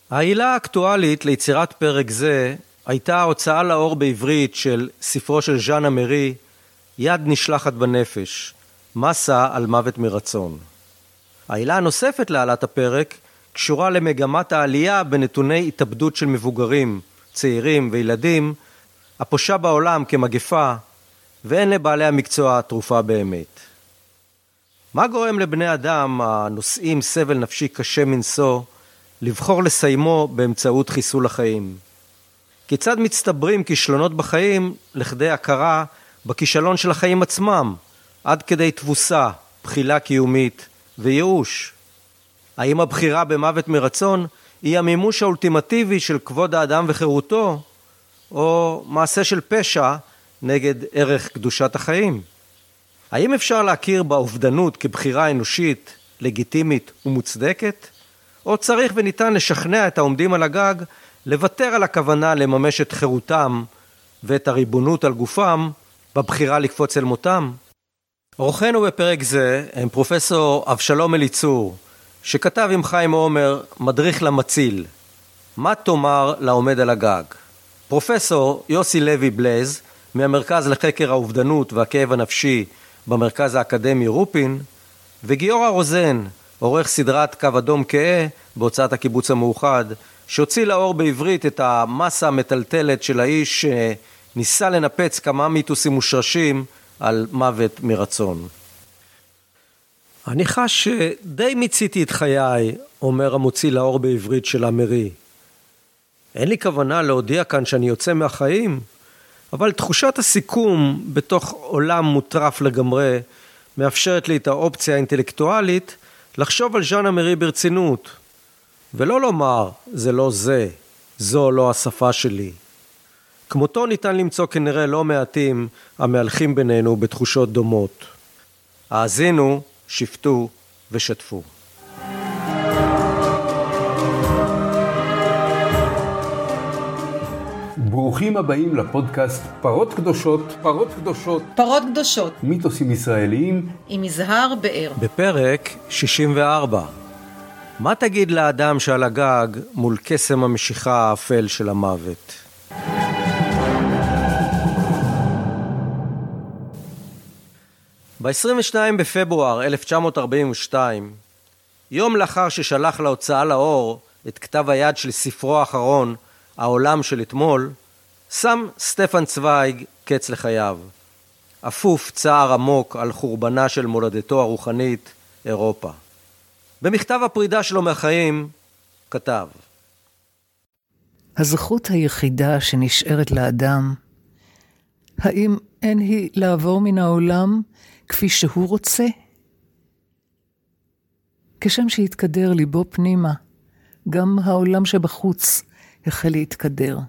העילה האקטואלית ליצירת פרק זה הייתה ההוצאה לאור בעברית של ספרו של ז'אן אמרי, יד נשלחת בנפש, מסה על מוות מרצון. העילה הנוספת להעלאת הפרק קשורה למגמת העלייה בנתוני התאבדות של מבוגרים, צעירים וילדים, הפושה בעולם כמגפה, ואין לבעלי המקצוע תרופה באמת. מה גורם לבני אדם הנושאים סבל נפשי קשה מנשוא לבחור לסיימו באמצעות חיסול החיים? כיצד מצטברים כישלונות בחיים לכדי הכרה בכישלון של החיים עצמם, עד כדי תבוסה, בחילה קיומית וייאוש? האם הבחירה במוות מרצון היא המימוש האולטימטיבי של כבוד האדם וחירותו, או מעשה של פשע נגד ערך קדושת החיים? האם אפשר להכיר באובדנות כבחירה אנושית, לגיטימית ומוצדקת? או צריך וניתן לשכנע את העומדים על הגג לוותר על הכוונה לממש את חירותם ואת הריבונות על גופם בבחירה לקפוץ אל מותם? אורחנו בפרק זה הם פרופסור אבשלום אליצור, שכתב עם חיים עומר מדריך למציל, מה תאמר לעומד על הגג? פרופסור יוסי לוי בלז מהמרכז לחקר האובדנות והכאב הנפשי במרכז האקדמי רופין, וגיורא רוזן, עורך סדרת קו אדום כהה בהוצאת הקיבוץ המאוחד, שהוציא לאור בעברית את המסה המטלטלת של האיש שניסה לנפץ כמה מיתוסים מושרשים על מוות מרצון. אני חש שדי מיציתי את חיי, אומר המוציא לאור בעברית של אמרי. אין לי כוונה להודיע כאן שאני יוצא מהחיים, אבל תחושת הסיכום בתוך עולם מוטרף לגמרי מאפשרת לי את האופציה האינטלקטואלית לחשוב על ז'אן אמרי ברצינות, ולא לומר זה לא זה, זו לא השפה שלי. כמותו ניתן למצוא כנראה לא מעטים המהלכים בינינו בתחושות דומות. האזינו, שפטו ושתפו. ברוכים הבאים לפודקאסט פרות קדושות, פרות קדושות, פרות קדושות, מיתוסים ישראליים עם יזהר באר. בפרק 64. מה תגיד לאדם שעל הגג מול קסם המשיכה האפל של המוות? ב-22 בפברואר 1942, יום לאחר ששלח להוצאה לאור את כתב היד של ספרו האחרון, העולם של אתמול, שם סטפן צוויג קץ לחייו. אפוף צער עמוק על חורבנה של מולדתו הרוחנית, אירופה. במכתב הפרידה שלו מהחיים, כתב: הזכות היחידה שנשארת לאדם, האם אין היא לעבור מן העולם כפי שהוא רוצה? כשם שהתקדר ליבו פנימה, גם העולם שבחוץ החל להתקדר.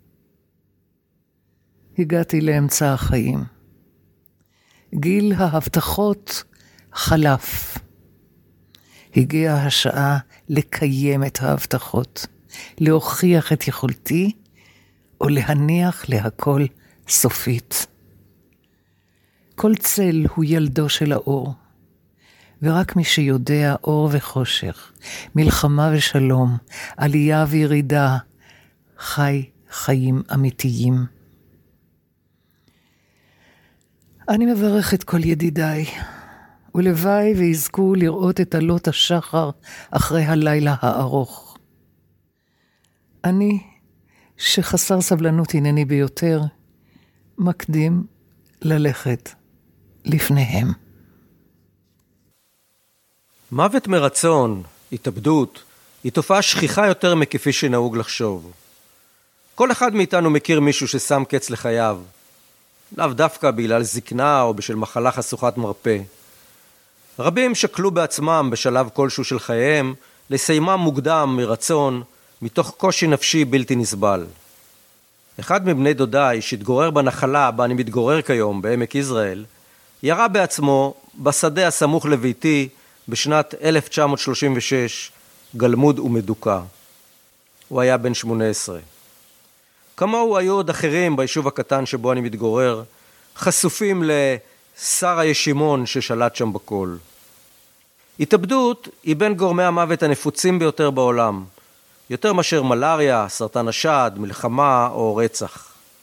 הגעתי לאמצע החיים. גיל ההבטחות חלף. הגיעה השעה לקיים את ההבטחות, להוכיח את יכולתי, או להניח להכל סופית. כל צל הוא ילדו של האור, ורק מי שיודע אור וחושך, מלחמה ושלום, עלייה וירידה, חי חיים אמיתיים. אני מברך את כל ידידיי, ולוואי ויזכו לראות את עלות השחר אחרי הלילה הארוך. אני, שחסר סבלנות הנני ביותר, מקדים ללכת לפניהם. מוות מרצון, התאבדות, היא תופעה שכיחה יותר מכפי שנהוג לחשוב. כל אחד מאיתנו מכיר מישהו ששם קץ לחייו, לאו דווקא בגלל זקנה או בשל מחלה חשוכת מרפא. רבים שקלו בעצמם בשלב כלשהו של חייהם לסיימם מוקדם מרצון, מתוך קושי נפשי בלתי נסבל. אחד מבני דודיי שהתגורר בנחלה בה אני מתגורר כיום בעמק יזרעאל, ירה בעצמו בשדה הסמוך לביתי בשנת 1936, גלמוד ומדוקה. הוא היה בן 18. כמוהו היו עוד אחרים ביישוב הקטן שבו אני מתגורר, חשופים לשר הישימון ששלט שם בכל. התאבדות היא בין גורמי המוות הנפוצים ביותר בעולם, יותר מאשר מלריה, סרטן השד, מלחמה או רצח.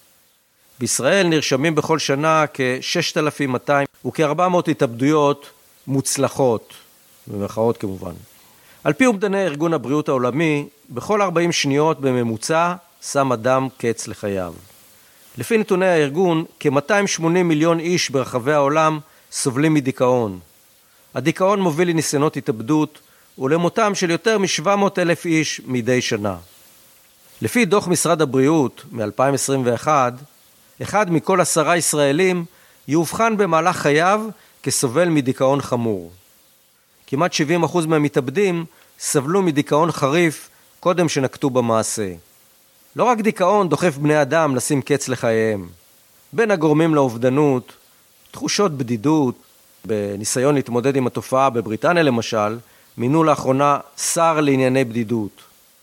בישראל נרשמים בכל שנה כ-6,200 וכ-400 התאבדויות מוצלחות, במרכאות כמובן. על פי אומדני ארגון הבריאות העולמי, בכל 40 שניות בממוצע שם אדם קץ לחייו. לפי נתוני הארגון, כ-280 מיליון איש ברחבי העולם סובלים מדיכאון. הדיכאון מוביל לניסיונות התאבדות ולמותם של יותר מ-700,000 איש מדי שנה. לפי דוח משרד הבריאות מ-2021, אחד מכל 10 ישראלים יאובחן במהלך חייו כסובל מדיכאון חמור. כמעט 70% מהמתאבדים סבלו מדיכאון חריף קודם שנקטו במעשה. לא רק דיכאון דוחף בני אדם לשים קץ לחייהם. בין הגורמים לאובדנות, תחושות בדידות, בניסיון להתמודד עם התופעה בבריטניה למשל, מינו לאחרונה שר לענייני בדידות,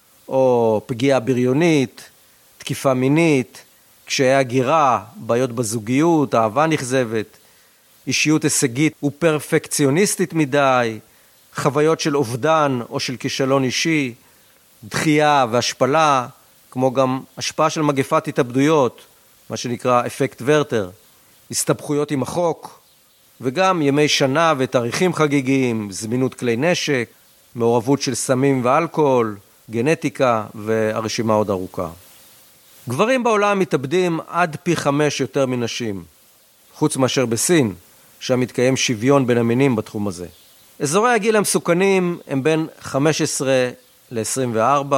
או פגיעה בריונית, תקיפה מינית, קשיי הגירה, בעיות בזוגיות, אהבה נכזבת, אישיות הישגית ופרפקציוניסטית מדי, חוויות של אובדן או של כישלון אישי, דחייה והשפלה, כמו גם השפעה של מגפת התאבדויות, מה שנקרא אפקט ורטר, הסתבכויות עם החוק, וגם ימי שנה ותאריכים חגיגיים, זמינות כלי נשק, מעורבות של סמים ואלכוהול, גנטיקה, והרשימה עוד ארוכה. גברים בעולם מתאבדים עד פי 5 יותר מנשים, חוץ מאשר בסין, שם מתקיים שוויון בין המינים בתחום הזה. אזורי הגיל המסוכנים הם בין 15 ל-24,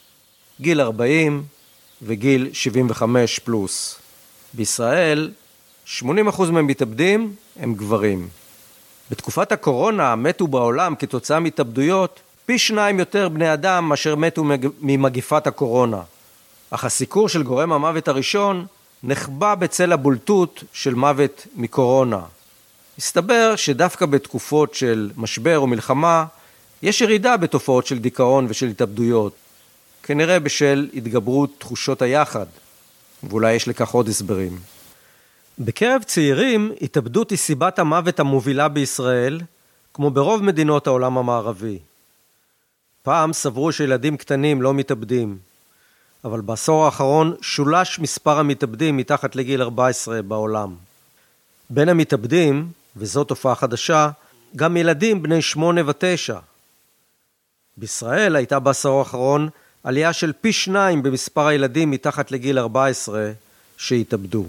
גיל 40 וגיל 75 פלוס. בישראל 80% מהמתאבדים הם גברים. בתקופת הקורונה מתו בעולם כתוצאה מהתאבדויות פי 2 יותר בני אדם מאשר מתו ממגפת הקורונה. אך הסיקור של גורם המוות הראשון נחבא בצל הבולטות של מוות מקורונה. הסתבר שדווקא בתקופות של משבר ומלחמה יש ירידה בתופעות של דיכאון ושל התאבדויות, כנראה בשל התגברות תחושות היחד, ואולי יש לכך עוד הסברים. בקרב צעירים, התאבדות היא סיבת המוות המובילה בישראל, כמו ברוב מדינות העולם המערבי. פעם סברו שילדים קטנים לא מתאבדים, אבל בעשור האחרון שולש מספר המתאבדים מתחת לגיל 14 בעולם. בין המתאבדים, וזאת תופעה חדשה, גם ילדים בני 8 ו-9. בישראל הייתה בעשור האחרון עלייה של פי 2 במספר הילדים מתחת לגיל 14 שהתאבדו.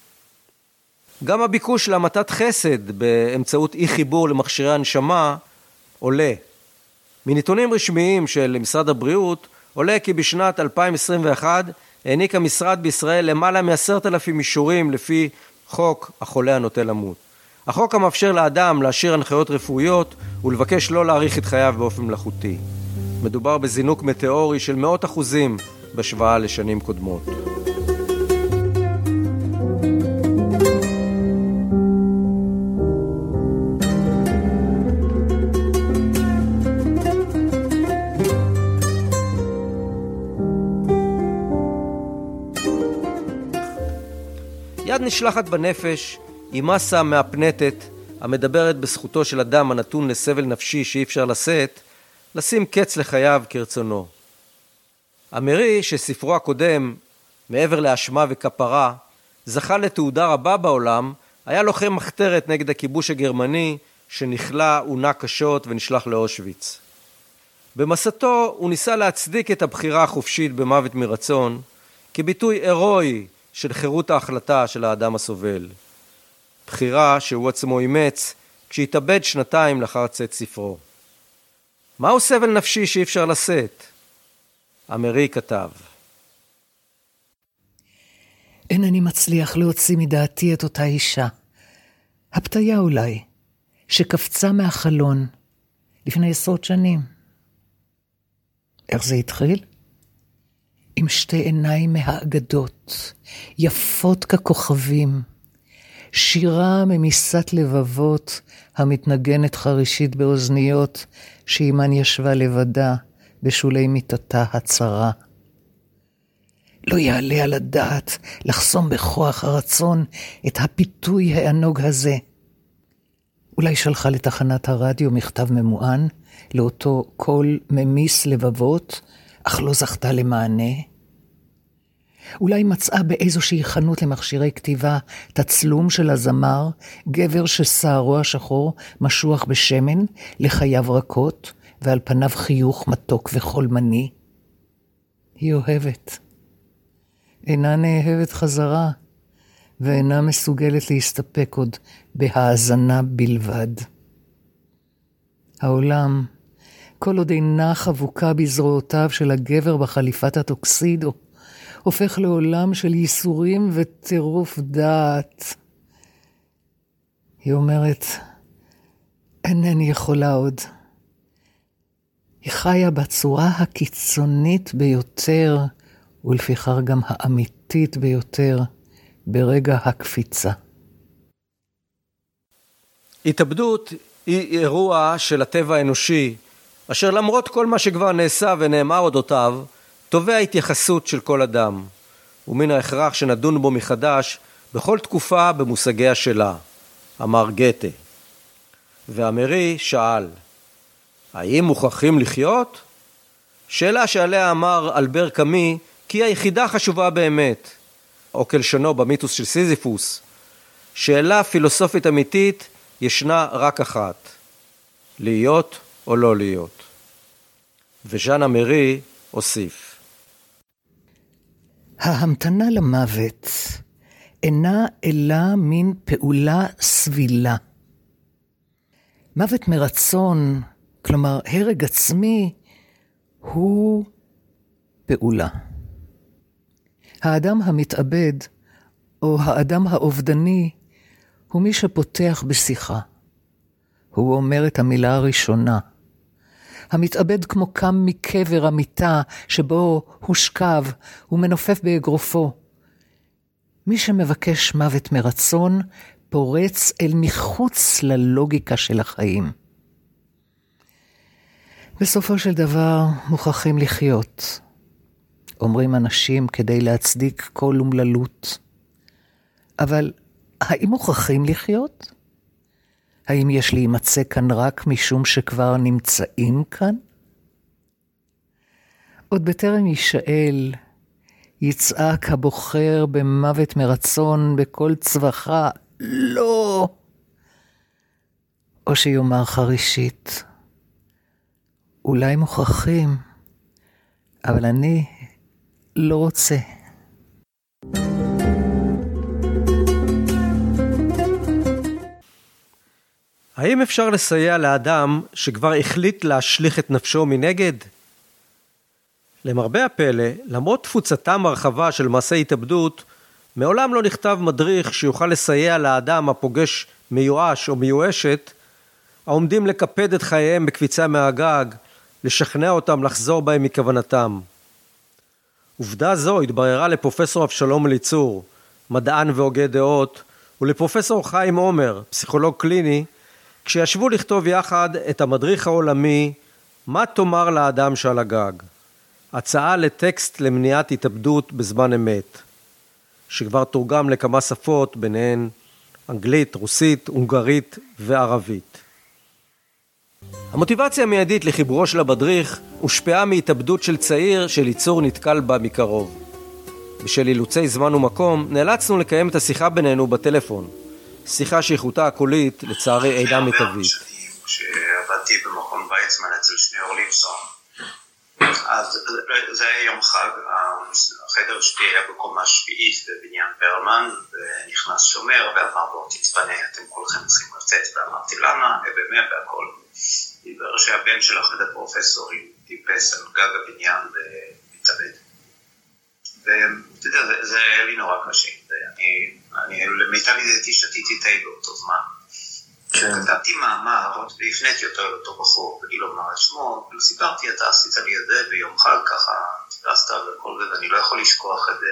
גם הביקוש להמתת חסד באמצעות אי חיבור למכשירי הנשמה עולה. מנתונים רשמיים של משרד הבריאות עולה כי בשנת 2021 העניק המשרד בישראל למעלה מ10,000 אישורים לפי חוק החולה הנוטה למות. החוק המאפשר לאדם להשאיר הנחיות רפואיות ולבקש לא להאריך את חייו באופן מלאכותי. מדובר בזינוק מטאורי של 100% בהשוואה לשנים קודמות. יד נשלחת בנפש היא מסה מהפנטת המדברת בזכותו של אדם הנתון לסבל נפשי שאי אפשר לשאת, לשים קץ לחייו כרצונו. אמרי, שספרו הקודם, מעבר להאשמה וכפרה, זכה לתעודה רבה בעולם, היה לוחם מחתרת נגד הכיבוש הגרמני שנכלא, עונה קשות ונשלח לאושוויץ. במסתו הוא ניסה להצדיק את הבחירה החופשית במוות מרצון, כביטוי הירואי של חירות ההחלטה של האדם הסובל. בחירה שהוא עצמו אימץ כשהתאבד 2 לאחר צאת ספרו. מהו סבל נפשי שאי אפשר לשאת? אמרי כתב. אינני מצליח להוציא מדעתי את אותה אישה. הפתיה אולי, שקפצה מהחלון לפני 10 שנים. איך זה התחיל? עם 2 עיניים מהאגדות, יפות ככוכבים, שירה ממיסת לבבות המתנגנת חרישית באוזניות, שעימן ישבה לבדה בשולי מיטתה הצרה. לא יעלה על הדעת לחסום בכוח הרצון את הפיתוי הענוג הזה. אולי שלחה לתחנת הרדיו מכתב ממוען לאותו קול ממיס לבבות, אך לא זכתה למענה. אולי מצאה באיזושהי חנות למכשירי כתיבה תצלום של הזמר, גבר ששערו השחור משוח בשמן, לחייו רכות, ועל פניו חיוך מתוק וחולמני. היא אוהבת. אינה נאהבת חזרה, ואינה מסוגלת להסתפק עוד בהאזנה בלבד. העולם, כל עוד אינה חבוקה בזרועותיו של הגבר בחליפת הטוקסידו, הופך לעולם של ייסורים וטירוף דעת. היא אומרת, אינני יכולה עוד. היא חיה בצורה הקיצונית ביותר, ולפיכך גם האמיתית ביותר, ברגע הקפיצה. התאבדות היא אירוע של הטבע האנושי, אשר למרות כל מה שכבר נעשה ונאמר אודותיו, תובע התייחסות של כל אדם, ומן ההכרח שנדון בו מחדש בכל תקופה במושגיה שלה, אמר גתה. ואמרי שאל, האם מוכרחים לחיות? שאלה שעליה אמר אלבר קאמי, כי היחידה חשובה באמת, או כלשונו במיתוס של סיזיפוס, שאלה פילוסופית אמיתית ישנה רק אחת, להיות או לא להיות. וז'אן אמרי הוסיף, ההמתנה למוות אינה אלא מין פעולה סבילה. מוות מרצון, כלומר הרג עצמי, הוא פעולה. האדם המתאבד, או האדם האובדני, הוא מי שפותח בשיחה. הוא אומר את המילה הראשונה. המתאבד כמו קם מקבר המיטה שבו הוא שקב, הוא מנופף באגרופו. מי שמבקש מוות מרצון, פורץ אל מחוץ ללוגיקה של החיים. בסופו של דבר מוכרחים לחיות, אומרים אנשים כדי להצדיק כל אומללות. אבל האם מוכרחים לחיות? האם יש להימצא כאן רק משום שכבר נמצאים כאן? עוד בטרם יישאל, יצעק הבוחר במוות מרצון בכל צווחה, לא! או שיאמר חרישית, אולי מוכרחים, אבל אני לא רוצה. האם אפשר לסייע לאדם שכבר החליט להשליך את נפשו מנגד? למרבה הפלא, למרות תפוצתם הרחבה של מעשי התאבדות, מעולם לא נכתב מדריך שיוכל לסייע לאדם הפוגש מיואש או מיואשת, העומדים לקפד את חייהם בקפיצה מהגג, לשכנע אותם לחזור בהם מכוונתם. עובדה זו התבררה לפרופסור אבשלום אליצור, מדען והוגה דעות, ולפרופסור חיים עומר, פסיכולוג קליני, כשישבו לכתוב יחד את המדריך העולמי, מה תאמר לאדם שעל הגג? הצעה לטקסט למניעת התאבדות בזמן אמת, שכבר תורגם לכמה שפות, ביניהן אנגלית, רוסית, הונגרית וערבית. המוטיבציה המיידית לחיבורו של המדריך הושפעה מהתאבדות של צעיר שליצור נתקל בה מקרוב. בשל אילוצי זמן ומקום, נאלצנו לקיים את השיחה בינינו בטלפון. שיחה שאיכותה הקולית לצערי אינה מיטבית. שעבדתי במכון ויצמן אצל שניאור ליבסון, אז זה היה יום חג, החדר שלי היה בקומה שביעית בבניין ברמן, ונכנס שומר ואמר בו תתפנה, אתם כולכם צריכים לצאת, ואמרתי למה, באמת והכל. דיבר שהבן של אחד הפרופסורים טיפס על גג הבניין ומתאבד. ואתה יודע, זה היה לי נורא קשה, אני למיטב ידיעתי שתיתי תה באותו זמן. כתבתי מאמר והפניתי אותו לאותו בחור, בלי לומר את שמו, וסיפרתי, אתה עשית לי את זה ביום חג, ככה טיפסת וכל זה, ואני לא יכול לשכוח את זה,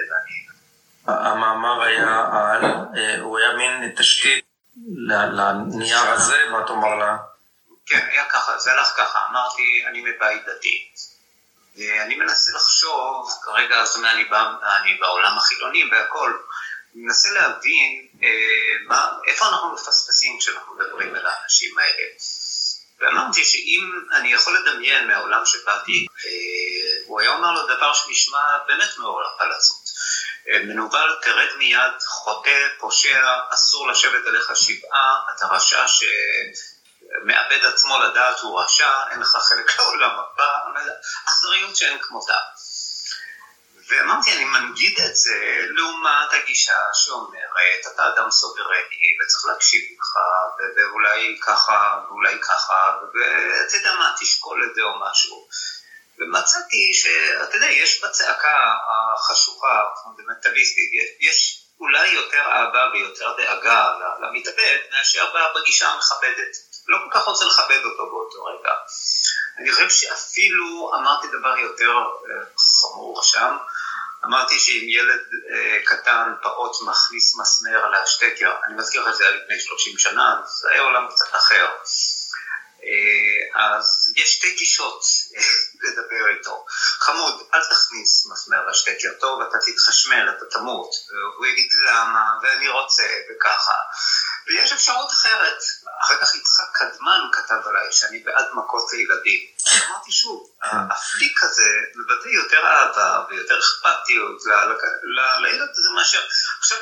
המאמר היה על, הוא היה מין תשתית לנייר הזה, מה תאמר לה? כן, היה ככה, זה הלך ככה, אמרתי, אני מבית דתי. ואני מנסה לחשוב, כרגע, זאת אומרת, אני בעולם החילוני והכל, אני מנסה להבין איפה אנחנו מפספסים כשאנחנו מדברים על האנשים האלה. ואמרתי שאם אני יכול לדמיין מהעולם שבאתי, הוא היה אומר לו דבר שנשמע באמת מעורר פלצות. מנוול, תרד מיד, חוטא, פושע, אסור לשבת עליך שבעה, אתה רשע שמאבד עצמו לדעת, הוא רשע, אין לך חלק לעולם הבא, אכזריות שאין כמותה. ואמרתי, אני מנגיד את זה לעומת הגישה שאומרת, אתה אדם סוברני וצריך להקשיב לך, ואולי ככה, ואולי ככה, ואתה יודע מה, תשקול את זה או משהו. ומצאתי שאתה יודע, יש בצעקה החשוכה, פונדמנטליסטית, יש אולי יותר אהבה ויותר דאגה למתאבד, מאשר בגישה המכבדת. לא כל כך רוצה לכבד אותו באותו רגע. אני חושב שאפילו אמרתי דבר יותר חמור שם, אמרתי שאם ילד קטן, פעוט, מכניס מסמר על השטקר, אני מזכיר לך שזה היה לפני 30 שנה, זה היה עולם קצת אחר. אז יש שתי גישות לדבר איתו. חמוד, אל תכניס מסמר לשטקר, טוב, אתה תתחשמל, אתה תמות. הוא יגיד למה, ואני רוצה, וככה. ויש אפשרות אחרת. אחר כך יצחק קדמן כתב עליי שאני בעד מכות לילדים. אמרתי שוב, הפליק הזה מבטא יותר אהבה ויותר אכפתיות לילד הזה מאשר עכשיו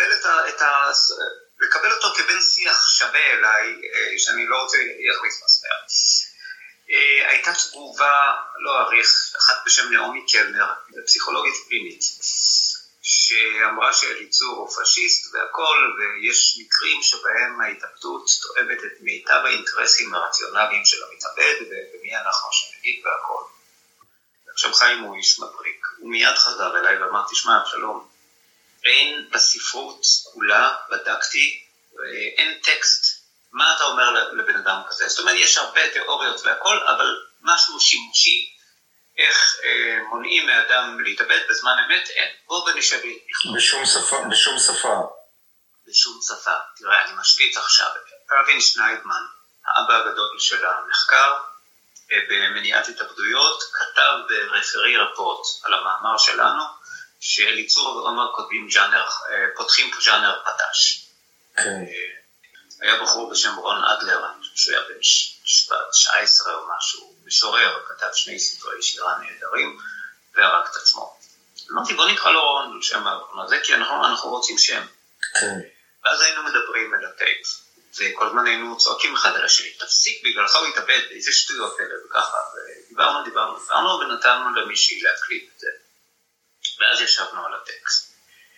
לקבל אותו כבן שיח שווה אליי, שאני לא רוצה להכניס מסמר. הייתה תגובה, לא אריך, אחת בשם נעמי קלנר, פסיכולוגית קלינית, שאמרה שאליצור הוא פשיסט והכל, ויש מקרים שבהם ההתאבדות תואמת את מיטב האינטרסים הרציונליים של המתאבד, ומי אנחנו שנגיד והכל. עכשיו חיים הוא איש מבריק, הוא מיד חזר אליי ואמר, תשמע, שלום, אין בספרות כולה, בדקתי, אין טקסט, מה אתה אומר לבן אדם כזה? זאת אומרת, יש הרבה תיאוריות והכל, אבל משהו שימושי. איך מונעים מאדם להתאבד בזמן אמת? אין. בוא ונשב לכתוב. בשום שפה. בשום שפה. תראה, אני משוויץ עכשיו. ארווין שניידמן, האבא הגדול של המחקר, במניעת התאבדויות, כתב ברפרי רפורט על המאמר שלנו, שאליצור ועומר כותבים ז'אנר, פותחים פה ז'אנר חדש. היה בחור בשם רון אדלר, אני חושב שהוא היה בן 19 או משהו, משורר, כתב 2 ספרי שירה נהדרים, והרג את עצמו. אמרתי, בוא נקרא לו רון, שם הזה, כי אנחנו רוצים שם. ואז היינו מדברים על הטייפ, וכל הזמן היינו צועקים אחד על השני, תפסיק בגללך הוא יתאבד, איזה שטויות אלה וככה, ודיברנו ונתנו למישהי להקליט את זה. ואז ישבנו על הטקסט.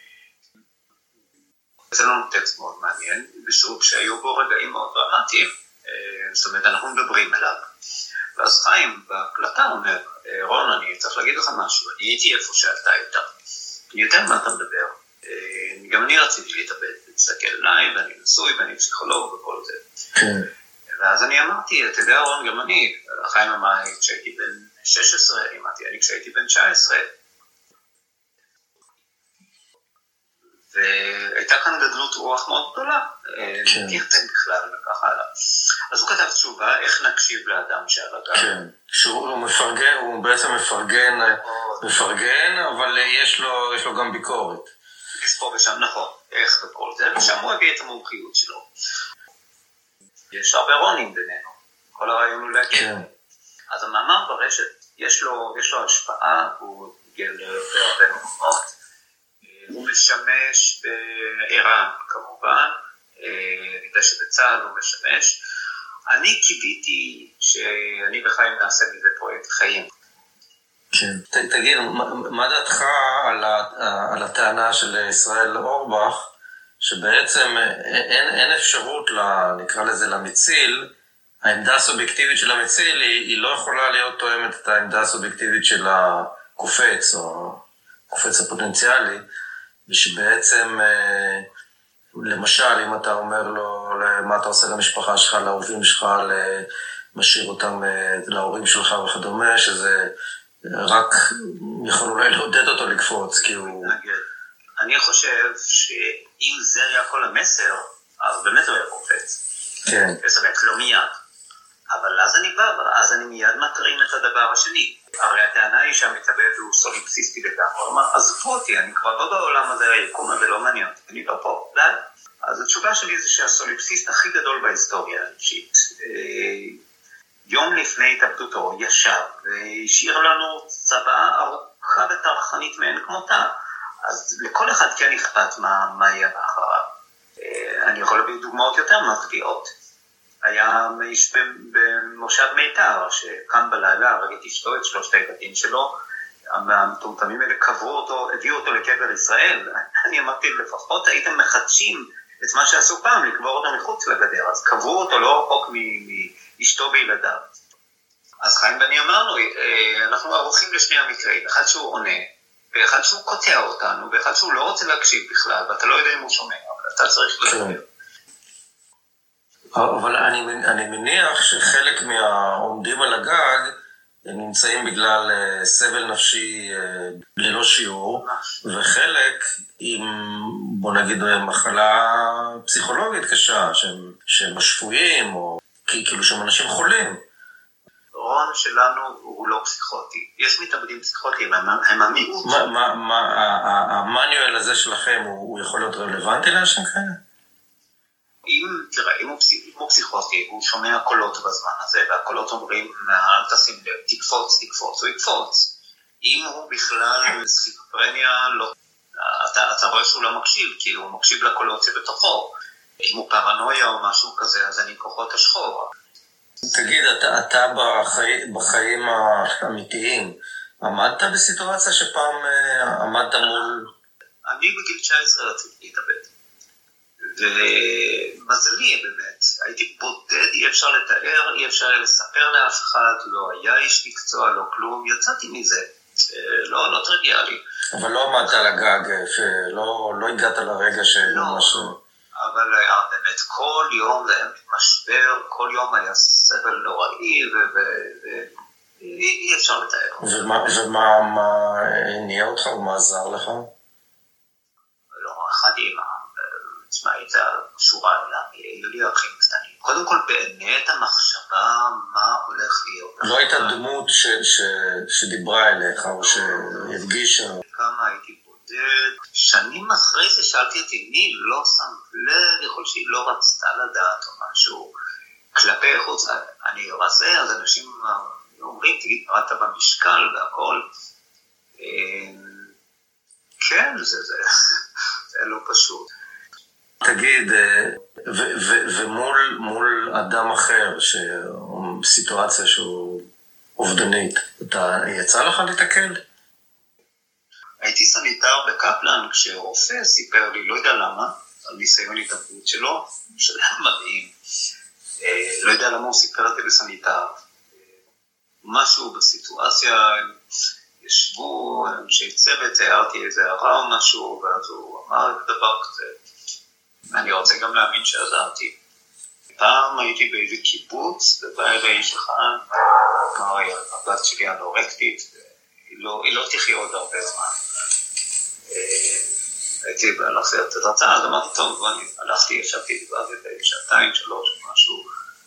זה לנו טקסט מאוד מעניין, ושוב שהיו בו רגעים מאוד דרמטיים, זאת אומרת, אנחנו מדברים אליו. ואז חיים בהקלטה אומר, רון, אני צריך להגיד לך משהו, אני הייתי איפה שאתה היית. אני יודע מה אתה מדבר. גם אני רציתי להתאבד, להסתכל עליי, ואני נשוי, ואני פסיכולוג וכל זה. ואז אני אמרתי, אתה יודע רון, גם אני, חיים אמר, כשהייתי בן 16, אני כשהייתי בן 19, והייתה כאן גדלות רוח מאוד גדולה, נרתם בכלל וכך הלאה. אז הוא כתב תשובה, איך נקשיב לאדם שעל הגב. כן, שהוא מפרגן, הוא בעצם מפרגן, אבל יש לו גם ביקורת. יש פה ושם, נכון, איך וכל זה, ושם הוא הביא את המומחיות שלו. יש הרבה רונים בינינו, כל הרעיון הוא להגיע. אז המאמר ברשת, יש לו השפעה, הוא הגיע להרבה מקומות, הוא משמש באיראן כמובן, אני יודע שבצה"ל הוא משמש. אני קיוויתי שאני וחיים נעשה מזה פרויקט חיים. כן. תגיד, מה דעתך על הטענה של ישראל אורבך, שבעצם אין אפשרות, נקרא לזה למציל, העמדה הסובייקטיבית של המציל היא לא יכולה להיות תואמת את העמדה הסובייקטיבית של הקופץ, או הקופץ הפוטנציאלי, ושבעצם, למשל, אם אתה אומר לו, מה אתה עושה למשפחה שלך, להורים שלך, משאיר אותם להורים שלך וכדומה, שזה רק יכול אולי לעודד אותו לקפוץ, כי הוא... אני חושב שאם זה היה כל המסר, אז באמת הוא היה קופץ. כן. זאת אומרת, לא מיד. אבל אז אני מיד מטרים את הדבר השני. הרי הטענה היא שהמתאבד הוא סוליפסיסטי לגמרי. הוא אמר, עזבו אותי, אני כבר לא בעולם הזה, היקום הזה לא מעניין אותי, אני לא פה. אז התשובה שלי זה שהסוליפסיסט הכי גדול בהיסטוריה האנושית יום לפני התאבדותו ישב והשאיר לנו צבא ארוכה וטרחנית מאין כמותה. אז לכל אחד כן אכפת מה יהיה מאחריו. אני יכול להביא דוגמאות יותר מפתיעות. היה איש במושב מיתר שקם בלילה, הרג את אשתו, את 3 הילדים שלו, המטומטמים האלה קברו אותו, הביאו אותו לקבר ישראל. אני אמרתי, לפחות הייתם מחדשים את מה שעשו פעם, לקבור אותו מחוץ לגדר, אז קברו אותו לא רחוק מאשתו וילדיו. אז חיים בני אמר לו, אנחנו ערוכים לשני המקרים, אחד שהוא עונה, ואחד שהוא קוטע אותנו, ואחד שהוא לא רוצה להקשיב בכלל, ואתה לא יודע אם הוא שומע, אבל אתה צריך לדבר. אבל אני מניח שחלק מהעומדים על הגג הם נמצאים בגלל סבל נפשי ללא שיעור, וחלק עם, בוא נגיד, מחלה פסיכולוגית קשה, שהם שפויים, או כאילו שהם אנשים חולים. רון שלנו הוא לא פסיכוטי. יש מתאבדים פסיכוטיים, הם המיעוט. המניואל הזה שלכם הוא יכול להיות רלוונטי לאנשים כאלה? אם הוא פסיכוטי, הוא שומע קולות בזמן הזה, והקולות אומרים, אל תשים לב, תקפוץ, הוא יקפוץ. אם הוא בכלל סכיזופרניה, לא, אתה רואה שהוא לא מקשיב, כי הוא מקשיב לקולות שבתוכו. אם הוא פרנויה או משהו כזה, אז אני כוחות השחור. תגיד, אתה בחיים האמיתיים, עמדת בסיטואציה שפעם עמדת מול... אני בגיל 19 רציתי להתאבד. ומזלי באמת, הייתי בודד, אי אפשר לתאר, אי אפשר לספר לאף אחד, לא היה איש מקצוע, לא כלום, יצאתי מזה, לא טריוויאלי. אבל לא עמדת על הגג, לא הגעת לרגע שממש... אבל היה באמת כל יום זה היה משבר, כל יום היה סבל נוראי, ואי אפשר לתאר. ומה הניע אותך, ומה עזר לך? לא, אחד אימא. תשמע, הייתה שורה אלה, היו לי ערכים קטנים. קודם כל, באמת המחשבה, מה הולך להיות. לא הייתה דמות שדיברה אליך, או שהדגישה. כמה הייתי בודד. שנים אחרי זה שאלתי את אמי, לא שם לב, יכול שהיא לא רצתה לדעת או משהו. כלפי חוץ, אני רזה, אז אנשים אומרים, תגיד, פרדת במשקל והכל. כן, זה לא פשוט. תגיד, ומול אדם אחר, סיטואציה שהוא אובדנית, יצא לך להתקל? הייתי סניטר בקפלן, כשרופא סיפר לי, לא יודע למה, על ניסיון התאבדות שלו, שזה מדהים. לא יודע למה הוא סיפר את זה בסניטר. משהו בסיטואציה, ישבו אנשי צוות, הערתי איזה הערה או משהו, ואז הוא אמר דבר כזה. אני רוצה גם להאמין שעזרתי. פעם הייתי באיזה קיבוץ, ובא אליי איש אחד, אמר, הבת שלי אנורקטית, היא לא תחיה עוד הרבה זמן. הייתי בלחזר את התרצה, אז אמרתי, טוב, ואני הלכתי, ישבתי, דיברתי את 2, 3, משהו,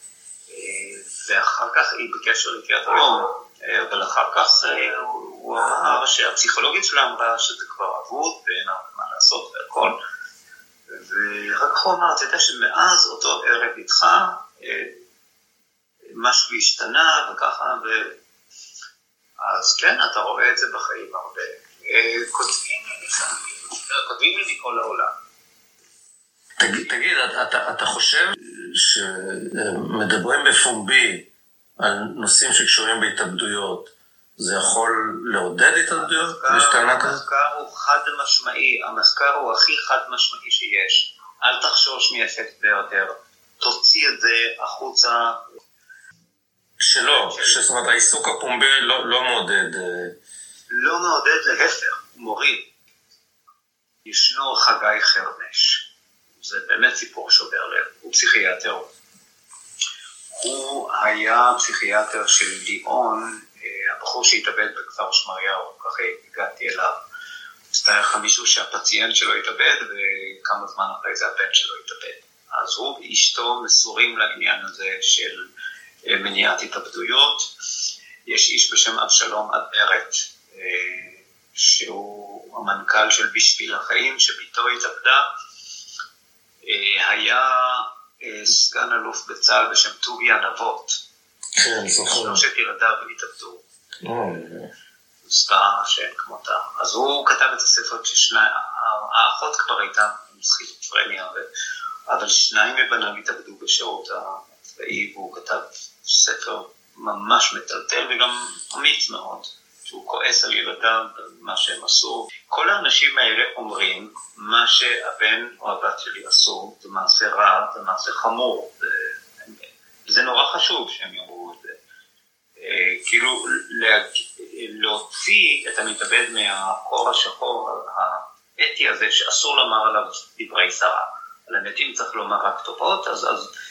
ואחר כך היא בקשר לקריאת היום, אבל אחר כך הוא אמר שהפסיכולוגית שלה אמרה שזה כבר אבוד, ואין מה לעשות והכל, ואחר כך הוא אמר, אתה יודע שמאז אותו ערב איתך, משהו השתנה וככה, אז כן, אתה רואה את זה בחיים הרבה. כותבים לי מכל העולם. תגיד, אתה חושב שמדברים בפומבי על נושאים שקשורים בהתאבדויות, זה יכול לעודד התאבדויות? המחקר הוא חד משמעי, המחקר הוא הכי חד משמעי שיש. אל תחשוש מאפקט ביותר, תוציא את זה החוצה. זאת אומרת, העיסוק הפומבי לא מעודד. לא מעודד, להפך, הוא מוריד. ישנו חגי חרמש, זה באמת סיפור שובר לב, הוא פסיכיאטר. הוא היה פסיכיאטר של ליאון, הבחור שהתאבד בכפר שמריהו, ככה הגעתי אליו. הצטער לך מישהו שהפציינט שלו התאבד, וכמה זמן אחרי זה הבן שלו התאבד. אז הוא ואשתו מסורים לעניין הזה של מניעת התאבדויות. יש איש בשם אבשלום אדרת, שהוא המנכ"ל של בשביל החיים, שביתו התאבדה. היה סגן אלוף בצה"ל בשם טוביה נבות, כן, זוכר. 3 ילדיו התאבדו. זוועה שאין כמותה. אז הוא כתב את הספר האחות כבר הייתה סכיזופרניה, אבל 2 מבניו התאבדו בשירות הצבאי, והוא כתב ספר ממש מטלטל וגם אמיץ מאוד, שהוא כועס על ילדיו מה שהם עשו. כל האנשים האלה אומרים, מה שהבן או הבת שלי עשו, זה מעשה רע, זה מעשה חמור, זה נורא חשוב שהם יאמרו את זה. כאילו להוציא את המתאבד מהקור השחור האתי הזה שאסור לומר עליו דברי סרה. על המתים צריך לומר רק טובות, אז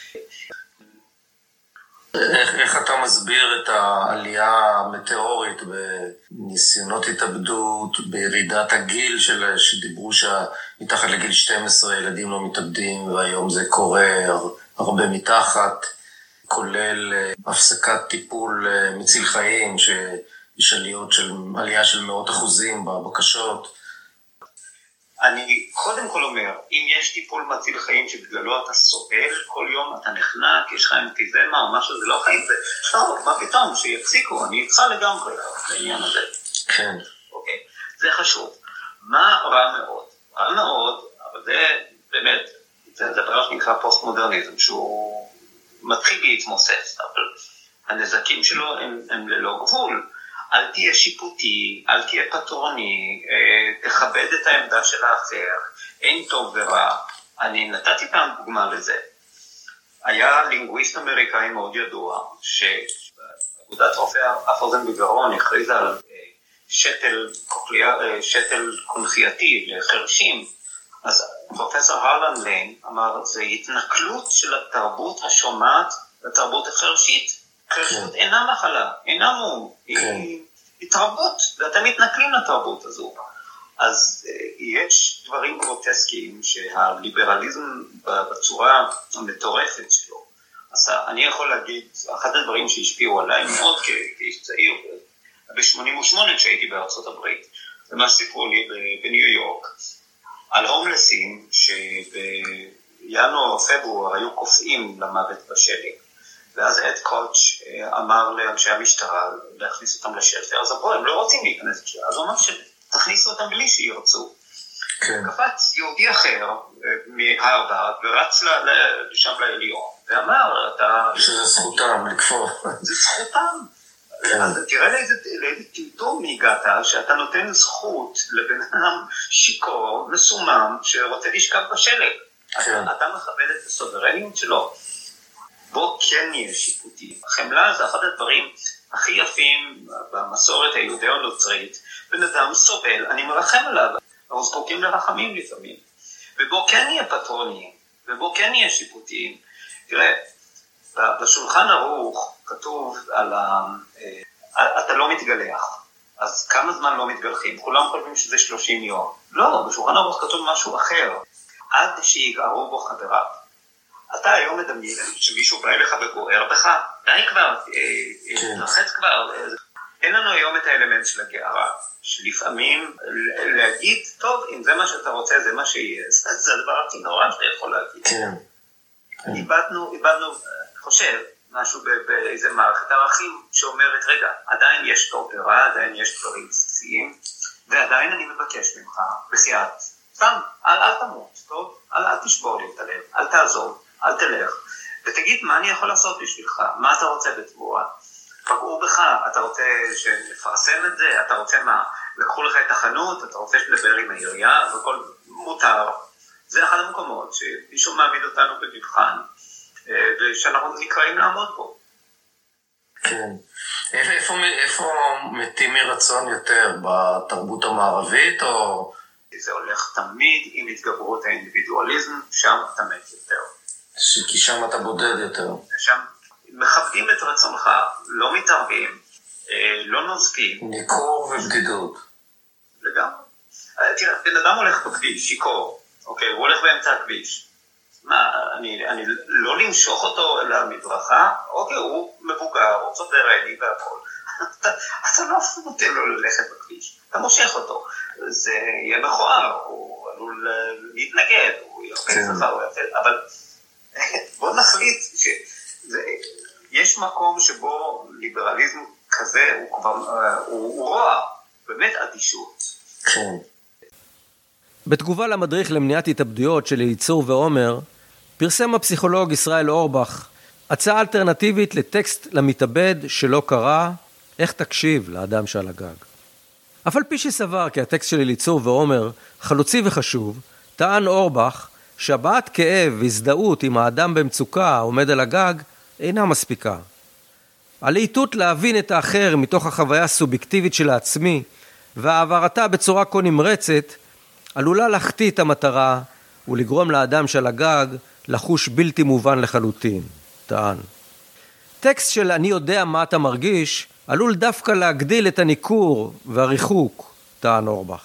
איך אתה מסביר את העלייה המטאורית בניסיונות התאבדות, בירידת הגיל שדיברו שמתחת לגיל 12 ילדים לא מתאבדים, והיום זה קורה הרבה מתחת, כולל הפסקת טיפול מציל חיים, שיש עלייה של 100% בבקשות. אני קודם כל אומר, אם יש טיפול מציל חיים שבגללו אתה סובל כל יום, אתה נחנק, יש לך אמפיזמה או משהו, זה לא חיים, זה טוב, מה פתאום, שיפסיקו, אני איתך לגמרי בעניין הזה. כן. אוקיי, זה חשוב. מה רע מאוד? רע מאוד, אבל זה באמת, זה דבר שנקרא פוסט-מודרניזם, שהוא מתחיל להתמוסס, אבל הנזקים שלו הם ללא גבול. אל תהיה שיפוטי, אל תהיה פטרוני, תכבד את העמדה של האחר, אין טוב ורע. אני נתתי פעם דוגמה לזה. היה לינגוויסט אמריקאי מאוד ידוע, שאגודת רופאי אף אוזן בגרון הכריזה על שתל קונכייתי לחרשים. אז פרופסור הרלן ליין אמר, זה התנכלות של התרבות השומעת לתרבות החרשית. חרשות אינה מחלה, אינה מום, היא תרבות, ואתם מתנכלים לתרבות הזו. אז יש דברים גרוטסקיים שהליברליזם בצורה המטורפת שלו. אז אני יכול להגיד, אחד הדברים שהשפיעו עליי מאוד כאיש צעיר, ב-88 כשהייתי בארצות הברית, ומה שסיפרו לי בניו יורק, על הומלסים שבינואר, פברואר היו קופאים למוות בשלג. ואז אד קוטש אמר לאנשי המשטרה להכניס אותם לשלטר, אז אמרו, הם לא רוצים להיכנס לשלטר, אז הוא אמר שתכניסו אותם בלי שירצו. כן. קפץ יהודי אחר מהרווארד ורץ לשם לעליון, ואמר, שזה זכותם לקפוא. זה זכותם. כן. אז תראה לאיזה טמטום הגעת, שאתה נותן זכות לבן אדם שיקור, מסומם, שרוצה לשכב בשלג. כן. אתה מכבד את הסוברניות שלו. בו כן נהיה שיפוטי. החמלה זה אחד הדברים הכי יפים במסורת היהודאו-נוצרית. בן אדם סובל, אני מרחם עליו, אנחנו זקוקים לרחמים לפעמים. ובו כן נהיה פטרוניים, ובו כן נהיה שיפוטיים. תראה, בשולחן ערוך כתוב על אתה לא מתגלח. אז כמה זמן לא מתגלחים? כולם חושבים שזה 30 יום. לא, בשולחן ערוך כתוב משהו אחר. עד שיגערו בו חבריו. אתה היום מדמיין שמישהו בא אליך וגוער בך, די כבר, תרחץ כבר. אין לנו היום את האלמנט של הגערה, שלפעמים להגיד, טוב, אם זה מה שאתה רוצה, זה מה שיהיה. זה הדבר הכי נורא שאתה יכול להגיד. איבדנו, חושב, משהו באיזה מערכת ערכים שאומרת, רגע, עדיין יש טוב ורע, עדיין יש דברים בסיסיים, ועדיין אני מבקש ממך, בסיעת, סתם, אל תמות, טוב? אל תשבור לי את הלב, אל תעזור. אל תלך, ותגיד מה אני יכול לעשות בשבילך, מה אתה רוצה בתמורה, פגעו בך, אתה רוצה שנפרסם את זה, אתה רוצה מה, לקחו לך את החנות, אתה רוצה לדבר עם העירייה, וכל מותר, זה אחד המקומות שמישהו מעמיד אותנו במבחן, ושאנחנו נקראים לעמוד בו. כן, איפה מתים מרצון יותר, בתרבות המערבית או? זה הולך תמיד עם התגברות האינדיבידואליזם, שם אתה מת יותר. כי שם אתה בודד יותר. שם מכבדים את רצונך, לא מתערבים, לא נוזקים. ניכור ובדידות. לגמרי. תראה, בן אדם הולך בכביש, שיקור, אוקיי, הוא הולך באמצע הכביש. מה, אני לא למשוך אותו למדרכה, אוקיי, הוא מבוגר, הוא סוברני והכל. אתה לא נותן לו ללכת בכביש, אתה מושך אותו. זה יהיה מכוער, הוא עלול להתנגד, הוא ירפא שכר, אבל בוא נחליט יש מקום שבו ליברליזם כזה הוא רוע, באמת אדישות. כן. בתגובה למדריך למניעת התאבדויות של אליצור ועומר, פרסם הפסיכולוג ישראל אורבך הצעה אלטרנטיבית לטקסט למתאבד שלא קרא, איך תקשיב לאדם שעל הגג. אף על פי שסבר כי הטקסט של אליצור ועומר חלוצי וחשוב, טען אורבך שהבעת כאב והזדהות עם האדם במצוקה העומד על הגג אינה מספיקה. הלהיטות להבין את האחר מתוך החוויה הסובייקטיבית של העצמי והעברתה בצורה כה נמרצת עלולה להחטיא את המטרה ולגרום לאדם שעל הגג לחוש בלתי מובן לחלוטין, טען. טקסט של אני יודע מה אתה מרגיש עלול דווקא להגדיל את הניכור והריחוק, טען אורבך.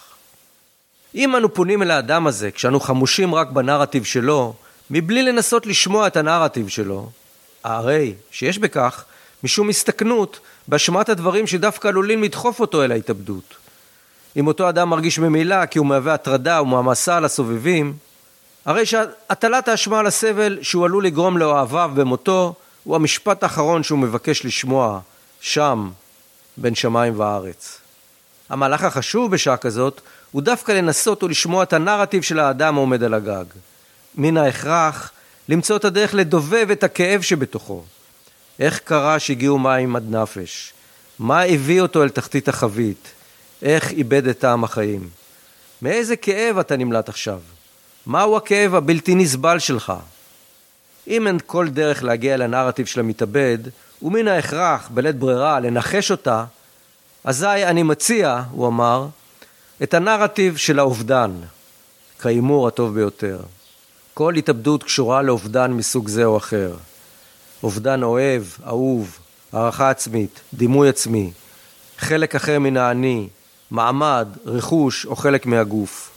אם אנו פונים אל האדם הזה כשאנו חמושים רק בנרטיב שלו, מבלי לנסות לשמוע את הנרטיב שלו, הרי שיש בכך משום הסתכנות בהשמעת הדברים שדווקא עלולים לדחוף אותו אל ההתאבדות. אם אותו אדם מרגיש ממילא כי הוא מהווה הטרדה ומעמסה על הסובבים, הרי שהטלת האשמה על הסבל שהוא עלול לגרום לאוהביו במותו, הוא המשפט האחרון שהוא מבקש לשמוע, שם, בין שמיים וארץ. המהלך החשוב בשעה כזאת, הוא דווקא לנסות ולשמוע את הנרטיב של האדם העומד על הגג. מן ההכרח, למצוא את הדרך לדובב את הכאב שבתוכו. איך קרה שהגיעו מים עד נפש? מה הביא אותו אל תחתית החבית? איך איבד את טעם החיים? מאיזה כאב אתה נמלט עכשיו? מהו הכאב הבלתי נסבל שלך? אם אין כל דרך להגיע לנרטיב של המתאבד, ומן ההכרח בלית ברירה לנחש אותה, אזי אני מציע, הוא אמר, את הנרטיב של האובדן, כאימור הטוב ביותר. כל התאבדות קשורה לאובדן מסוג זה או אחר. אובדן אוהב, אהוב, הערכה עצמית, דימוי עצמי, חלק אחר מן האני, מעמד, רכוש או חלק מהגוף.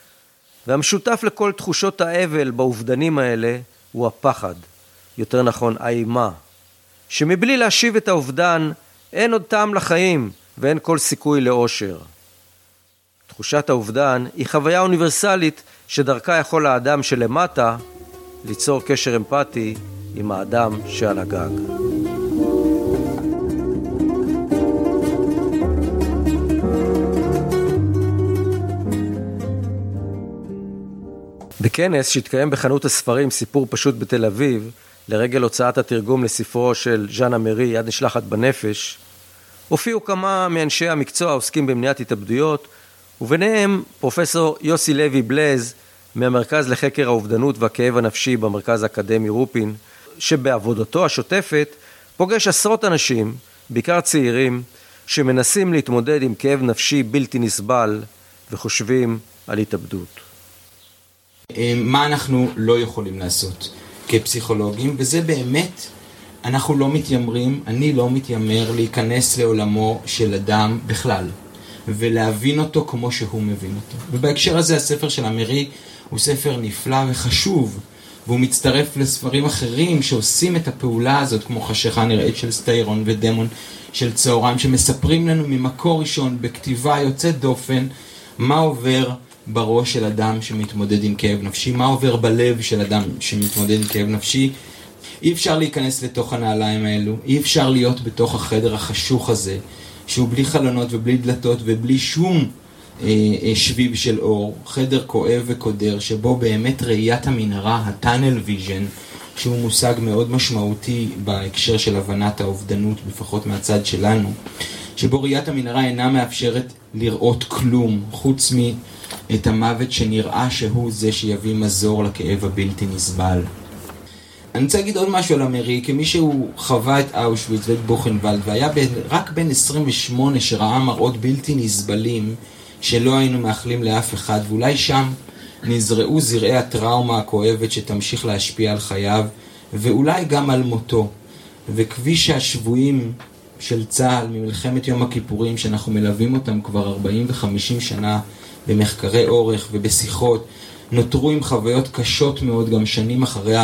והמשותף לכל תחושות האבל באובדנים האלה הוא הפחד, יותר נכון האימה, שמבלי להשיב את האובדן אין עוד טעם לחיים ואין כל סיכוי לאושר. תחושת האובדן היא חוויה אוניברסלית שדרכה יכול האדם שלמטה ליצור קשר אמפתי עם האדם שעל הגג. בכנס שהתקיים בחנות הספרים סיפור פשוט בתל אביב, לרגל הוצאת התרגום לספרו של ז'אנה מרי, יד נשלחת בנפש, הופיעו כמה מאנשי המקצוע העוסקים במניעת התאבדויות, וביניהם פרופסור יוסי לוי בלז, מהמרכז לחקר האובדנות והכאב הנפשי במרכז האקדמי רופין, שבעבודתו השוטפת פוגש עשרות אנשים, בעיקר צעירים, שמנסים להתמודד עם כאב נפשי בלתי נסבל וחושבים על התאבדות. מה אנחנו לא יכולים לעשות כפסיכולוגים, וזה באמת, אנחנו לא מתיימרים, אני לא מתיימר להיכנס לעולמו של אדם בכלל, ולהבין אותו כמו שהוא מבין אותו. ובהקשר הזה הספר של אמרי הוא ספר נפלא וחשוב, והוא מצטרף לספרים אחרים שעושים את הפעולה הזאת, כמו חשיכה נראית של סטיירון ודמון של צהריים, שמספרים לנו ממקור ראשון בכתיבה יוצאת דופן מה עובר בראש של אדם שמתמודד עם כאב נפשי, מה עובר בלב של אדם שמתמודד עם כאב נפשי. אי אפשר להיכנס לתוך הנעליים האלו, אי אפשר להיות בתוך החדר החשוך הזה, שהוא בלי חלונות ובלי דלתות ובלי שום שביב של אור, חדר כואב וקודר, שבו באמת ראיית המנהרה, הטאנל ויז'ן, שהוא מושג מאוד משמעותי בהקשר של הבנת האובדנות, לפחות מהצד שלנו, שבו ראיית המנהרה אינה מאפשרת לראות כלום, חוץ את המוות שנראה שהוא זה שיביא מזור לכאב הבלתי נסבל. אני רוצה להגיד עוד משהו על אמרי, כמי שהוא חווה את אושוויץ ואת בוכנוולד, והיה רק בן 28 שראה מראות בלתי נסבלים, שלא היינו מאחלים לאף אחד, ואולי שם נזרעו זרעי הטראומה הכואבת שתמשיך להשפיע על חייו, ואולי גם על מותו. וכפי שהשבויים של צה"ל ממלחמת יום הכיפורים, שאנחנו מלווים אותם כבר 40 ו-50 שנה במחקרי אורך ובשיחות, נותרו עם חוויות קשות מאוד גם שנים אחרי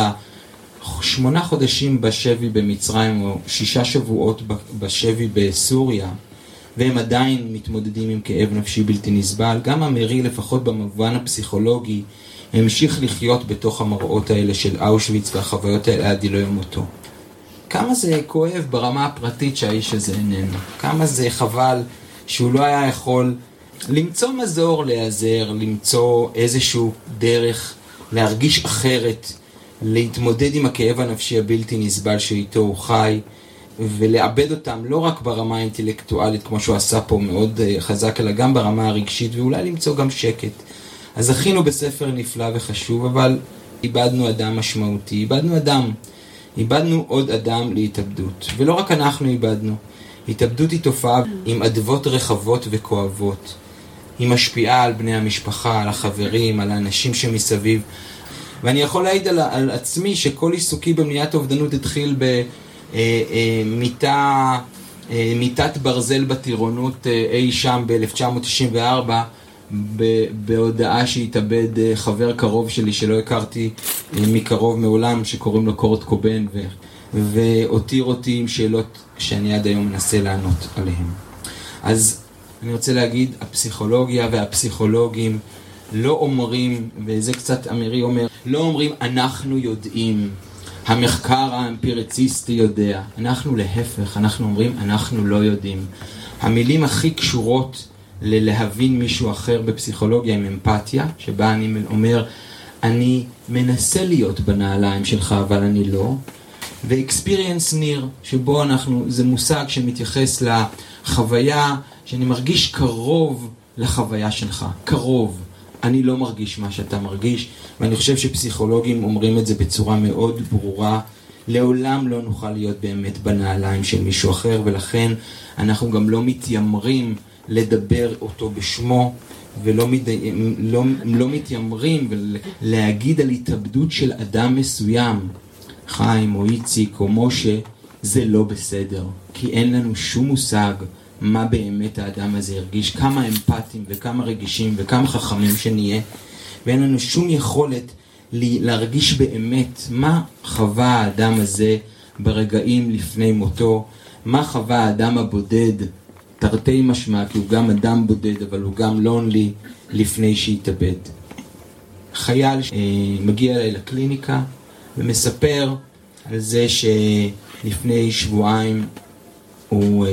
8 חודשים בשבי במצרים, או 6 שבועות בשבי בסוריה, והם עדיין מתמודדים עם כאב נפשי בלתי נסבל. גם אמרי, לפחות במובן הפסיכולוגי, המשיך לחיות בתוך המראות האלה של אושוויץ והחוויות האלה עד אלוהי מותו. כמה זה כואב ברמה הפרטית שהאיש הזה איננו. כמה זה חבל שהוא לא היה יכול למצוא מזור, להיעזר, למצוא איזשהו דרך, להרגיש אחרת, להתמודד עם הכאב הנפשי הבלתי נסבל שאיתו הוא חי, ולאבד אותם לא רק ברמה האינטלקטואלית כמו שהוא עשה פה מאוד חזק, אלא גם ברמה הרגשית, ואולי למצוא גם שקט. אז זכינו בספר נפלא וחשוב, אבל איבדנו אדם משמעותי, איבדנו עוד אדם להתאבדות. ולא רק אנחנו איבדנו. התאבדות היא תופעה עם אדוות רחבות וכואבות. היא משפיעה על בני המשפחה, על החברים, על האנשים שמסביב. ואני יכול להעיד על עצמי שכל עיסוקי במניעת אובדנות התחיל מיטת ברזל בטירונות אי שם ב-1994, בהודעה שהתאבד חבר קרוב שלי שלא הכרתי מקרוב מעולם, שקוראים לו קורט קובן, והותיר אותי עם שאלות שאני עד היום מנסה לענות עליהן. אז אני רוצה להגיד, הפסיכולוגיה והפסיכולוגים לא אומרים, וזה קצת אמירי אומר, לא אומרים אנחנו יודעים, המחקר האמפיריציסטי יודע. אנחנו להפך, אנחנו אומרים אנחנו לא יודעים. המילים הכי קשורות ללהבין מישהו אחר בפסיכולוגיה עם אמפתיה, שבה אני אומר, אני מנסה להיות בנעליים שלך, אבל אני לא. ו-experience near, שבו זה מושג שמתייחס לחוויה, שאני מרגיש קרוב לחוויה שלך, קרוב. אני לא מרגיש מה שאתה מרגיש, ואני חושב שפסיכולוגים אומרים את זה בצורה מאוד ברורה. לעולם לא נוכל להיות באמת בנעליים של מישהו אחר, ולכן אנחנו גם לא מתיימרים לדבר אותו בשמו, ולא לא מתיימרים להגיד על התאבדות של אדם מסוים, חיים או איציק או משה, זה לא בסדר, כי אין לנו שום מושג מה באמת האדם הזה ירגיש, כמה אמפתיים וכמה רגישים וכמה חכמים שנהיה, ואין לנו שום יכולת להרגיש באמת מה חווה האדם הזה ברגעים לפני מותו, מה חווה האדם הבודד, תרתי משמע, כי הוא גם אדם בודד, אבל הוא גם לונלי לפני שהתאבד. חייל מגיע אליי לקליניקה ומספר על זה שלפני שבועיים הוא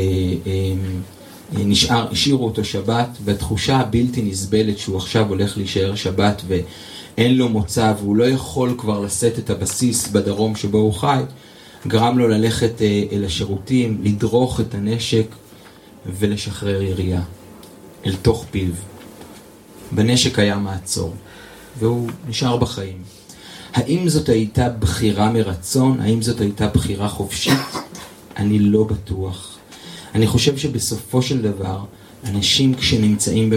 השאירו אותו שבת, והתחושה הבלתי נסבלת שהוא עכשיו הולך להישאר שבת ואין לו מוצא והוא לא יכול כבר לשאת את הבסיס בדרום שבו הוא חי, גרם לו ללכת אל השירותים, לדרוך את הנשק ולשחרר ירייה אל תוך פיו. בנשק היה מעצור והוא נשאר בחיים. האם זאת הייתה בחירה מרצון? האם זאת הייתה בחירה חופשית? אני לא בטוח. אני חושב שבסופו של דבר אנשים כשנמצאים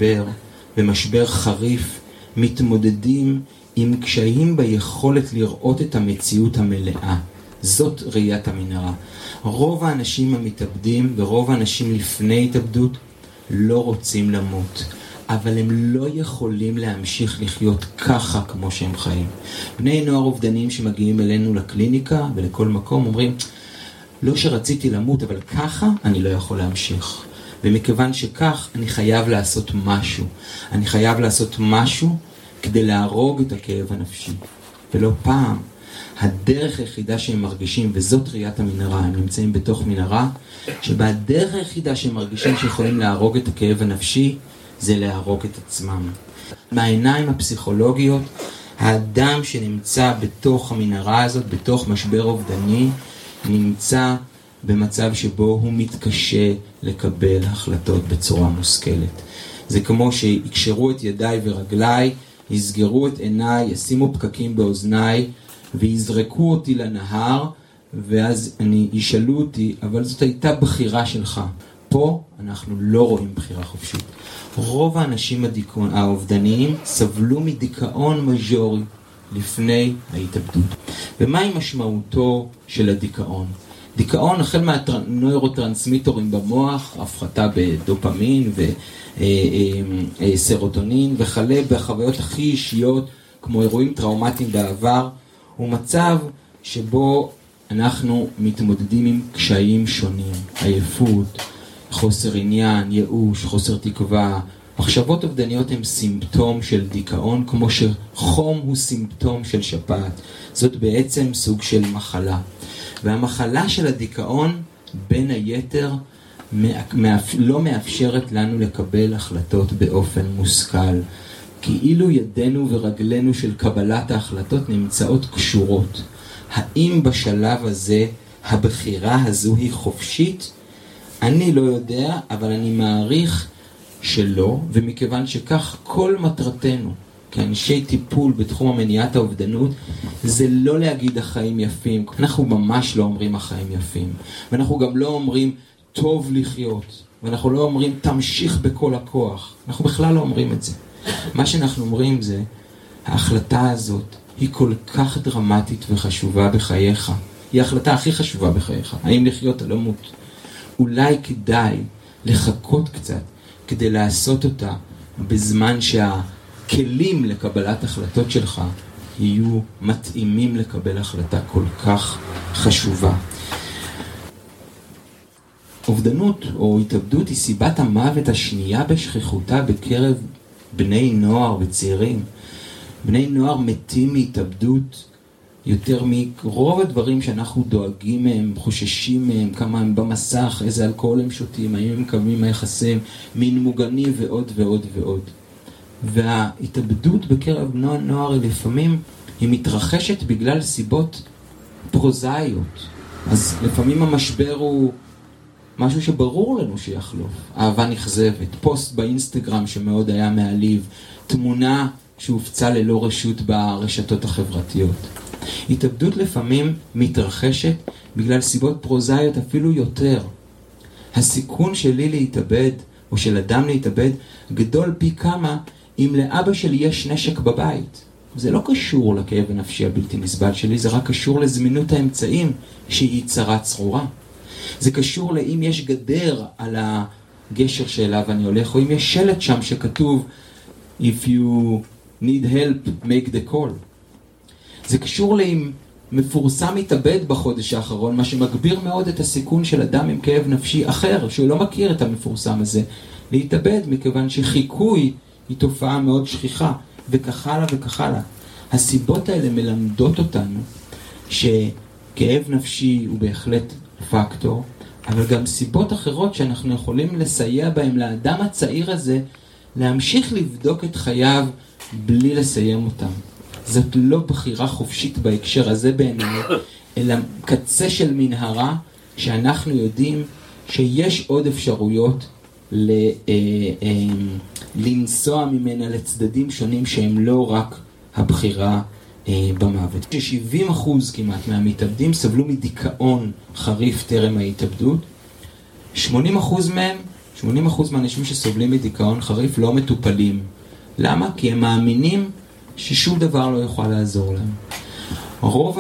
במשבר חריף, מתמודדים עם קשיים ביכולת לראות את המציאות המלאה. זאת ראיית המנהרה. רוב האנשים המתאבדים ורוב האנשים לפני התאבדות לא רוצים למות, אבל הם לא יכולים להמשיך לחיות ככה כמו שהם חיים. בני נוער אובדנים שמגיעים אלינו לקליניקה ולכל מקום אומרים, לא שרציתי למות, אבל ככה אני לא יכול להמשיך. ומכיוון שכך אני חייב לעשות משהו. אני חייב לעשות משהו כדי להרוג את הכאב הנפשי. ולא פעם, הדרך היחידה שהם מרגישים, וזאת ראיית המנהרה, הם נמצאים בתוך מנהרה, שבה הדרך היחידה שהם מרגישים שיכולים להרוג את הכאב הנפשי, זה להרוג את עצמם. מהעיניים הפסיכולוגיות, האדם שנמצא בתוך המנהרה הזאת, בתוך משבר אובדני, נמצא במצב שבו הוא מתקשה לקבל החלטות בצורה מושכלת. זה כמו שיקשרו את ידיי ורגליי, יסגרו את עיניי, ישימו פקקים באוזניי, ויזרקו אותי לנהר, ואז ישאלו אותי, אבל זאת הייתה בחירה שלך. פה אנחנו לא רואים בחירה חופשית. רוב האנשים האובדניים סבלו מדיכאון מז'ורי לפני ההתאבדות. ומהי משמעותו של הדיכאון? דיכאון החל מהנוירוטרנסמיטורים במוח, הפחתה בדופמין וסרוטונין, וכלה בחוויות הכי אישיות כמו אירועים טראומטיים בעבר, הוא מצב שבו אנחנו מתמודדים עם קשיים שונים, עייפות, חוסר עניין, ייאוש, חוסר תקווה. מחשבות אובדניות הן סימפטום של דיכאון, כמו שחום הוא סימפטום של שפעת. זאת בעצם סוג של מחלה. והמחלה של הדיכאון בין היתר לא מאפשרת לנו לקבל החלטות באופן מושכל. כאילו ידינו ורגלינו של קבלת ההחלטות נמצאות קשורות. האם בשלב הזה הבחירה הזו היא חופשית? אני לא יודע, אבל אני מעריך שלא, ומכיוון שכך כל מטרתנו כאנשי טיפול בתחום המניעת האובדנות זה לא להגיד החיים יפים. אנחנו ממש לא אומרים החיים יפים, ואנחנו גם לא אומרים טוב לחיות, ואנחנו לא אומרים תמשיך בכל הכוח. אנחנו בכלל לא אומרים את זה. מה שאנחנו אומרים זה, ההחלטה הזאת היא כל כך דרמטית וחשובה בחייך. היא ההחלטה הכי חשובה בחייך, האם לחיות או למות. אולי כדאי לחכות קצת כדי לעשות אותה בזמן שהכלים לקבלת החלטות שלך יהיו מתאימים לקבל החלטה כל כך חשובה. אובדנות או התאבדות היא סיבת המוות השנייה בשכיחותה בקרב בני נוער וצעירים. בני נוער מתים מהתאבדות יותר מרוב הדברים שאנחנו דואגים מהם, חוששים מהם, כמה הם במסך, איזה אלכוהול הם שותים, האם הם מקיימים היחסים, מין מוגני ועוד ועוד ועוד. וההתאבדות בקרב נוער לפעמים היא מתרחשת בגלל סיבות פרוזאיות. אז לפעמים המשבר הוא משהו שברור לנו שיחלוף. אהבה נכזבת, פוסט באינסטגרם שמאוד היה מעליב, תמונה שהופצה ללא רשות ברשתות החברתיות. התאבדות לפעמים מתרחשת בגלל סיבות פרוזאיות אפילו יותר. הסיכון שלי להתאבד, או של אדם להתאבד, גדול פי כמה אם לאבא שלי יש נשק בבית. זה לא קשור לכאב הנפשי הבלתי נסבל שלי, זה רק קשור לזמינות האמצעים שהיא צרה צרורה. זה קשור לאם יש גדר על הגשר שאליו אני הולך, או אם יש שלט שם שכתוב If you need help, make the call. זה קשור לאם מפורסם התאבד בחודש האחרון, מה שמגביר מאוד את הסיכון של אדם עם כאב נפשי אחר, שהוא לא מכיר את המפורסם הזה, להתאבד, מכיוון שחיקוי היא תופעה מאוד שכיחה, וכך הלאה וכך הלאה. הסיבות האלה מלמדות אותנו שכאב נפשי הוא בהחלט פקטור, אבל גם סיבות אחרות שאנחנו יכולים לסייע בהם לאדם הצעיר הזה להמשיך לבדוק את חייו בלי לסיים אותם. זאת לא בחירה חופשית בהקשר הזה בעיניי, אלא קצה של מנהרה שאנחנו יודעים שיש עוד אפשרויות לנסוע ממנה לצדדים שונים שהם לא רק הבחירה במוות. 70% כמעט מהמתאבדים סבלו מדיכאון חריף טרם ההתאבדות. 80% מהאנשים שסובלים מדיכאון חריף לא מטופלים. למה? כי הם מאמינים ששום דבר לא יוכל לעזור להם. רוב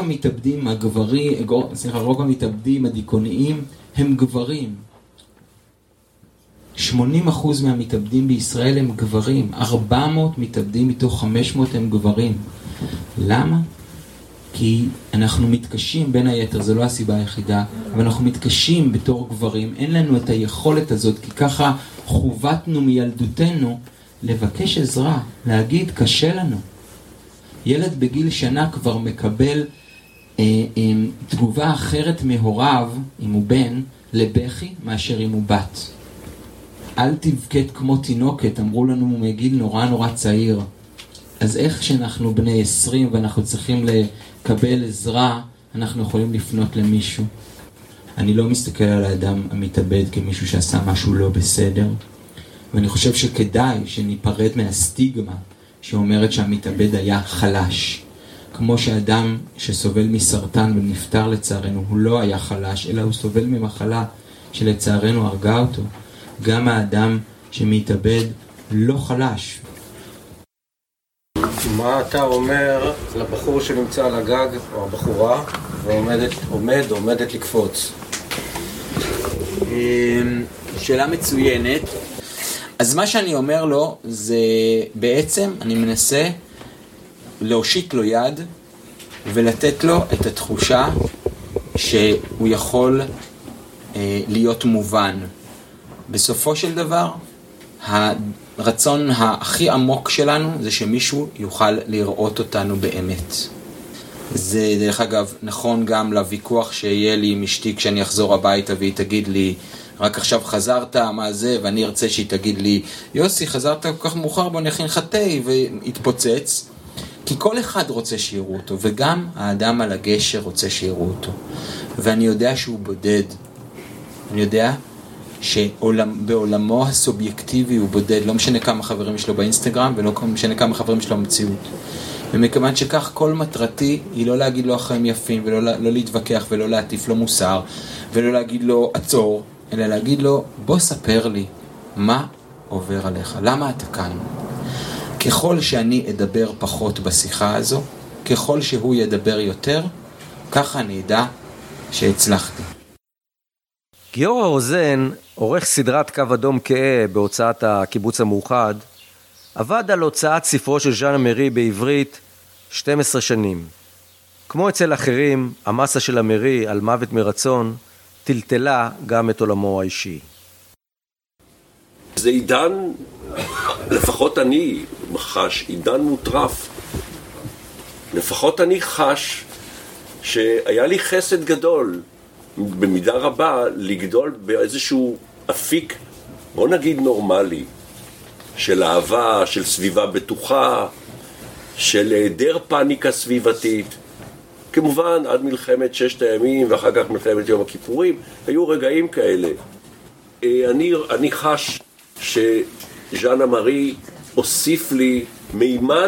המתאבדים הדיכאוניים הם גברים. 80% מהמתאבדים בישראל הם גברים. 400 מתאבדים מתוך 500 הם גברים. למה? כי אנחנו מתקשים, בין היתר, זו לא הסיבה היחידה, אבל אנחנו מתקשים בתור גברים, אין לנו את היכולת הזאת, כי ככה חובתנו מילדותנו לבקש עזרה, להגיד קשה לנו. ילד בגיל שנה כבר מקבל תגובה אחרת מהוריו, אם הוא בן, לבכי מאשר אם הוא בת. אל תבכת כמו תינוקת, אמרו לנו מגיל נורא צעיר. אז איך שאנחנו בני 20 ואנחנו צריכים לקבל עזרה, אנחנו יכולים לפנות למישהו? אני לא מסתכל על האדם המתאבד כמישהו שעשה משהו לא בסדר, ואני חושב שכדאי שניפרד מהסטיגמה שאומרת שהמתאבד היה חלש. כמו שאדם שסובל מסרטן ונפטר לצערנו, הוא לא היה חלש, אלא הוא סובל ממחלה שלצערנו הרגה אותו. גם האדם שמתאבד לא חלש. מה אתה אומר לבחור שנמצא על הגג, או הבחורה, ועומדת לקפוץ? שאלה מצוינת. אז מה שאני אומר לו זה בעצם אני מנסה להושיט לו יד ולתת לו את התחושה שהוא יכול להיות מובן. בסופו של דבר הרצון הכי עמוק שלנו זה שמישהו יוכל לראות אותנו באמת. זה דרך אגב נכון גם לוויכוח שיהיה לי עם אשתי כשאני אחזור הביתה והיא תגיד לי, רק עכשיו חזרת, מה זה? ואני ארצה שהיא תגיד לי, יוסי, חזרת כל כך מאוחר, בוא נכין לך תה, והתפוצץ. כי כל אחד רוצה שיראו אותו, וגם האדם על הגשר רוצה שיראו אותו. ואני יודע שהוא בודד. אני יודע שבעולמו הסובייקטיבי הוא בודד, לא משנה כמה חברים שלו באינסטגרם, ולא משנה כמה חברים שלו במציאות. ומכיוון שכך כל מטרתי היא לא להגיד לו החיים יפים, ולא לא להתווכח ולא להטיף לו מוסר, ולא להגיד לו עצור, אלא להגיד לו, בוא ספר לי מה עובר עליך, למה אתה כאן. ככל שאני אדבר פחות בשיחה הזו, ככל שהוא ידבר יותר, ככה אני אדע שהצלחתי. גיורא רוזן, עורך סדרת קו אדום כהה בהוצאת הקיבוץ המאוחד, עבד על הוצאת ספרו של ז'אן אמרי בעברית 12 שנים. כמו אצל אחרים, המסה של אמרי על מוות מרצון טלטלה גם את עולמו האישי. זה עידן, לפחות אני חש, עידן מוטרף. לפחות אני חש שהיה לי חסד גדול, במידה רבה, לגדול באיזשהו אפיק, בוא נגיד נורמלי, של אהבה, של סביבה בטוחה, של היעדר פאניקה סביבתית. כמובן, עד מלחמת 6 הימים ואחר כך מלחמת יום הכיפורים, היו רגעים כאלה. אני חש שז'אן אמרי הוסיף לי מימד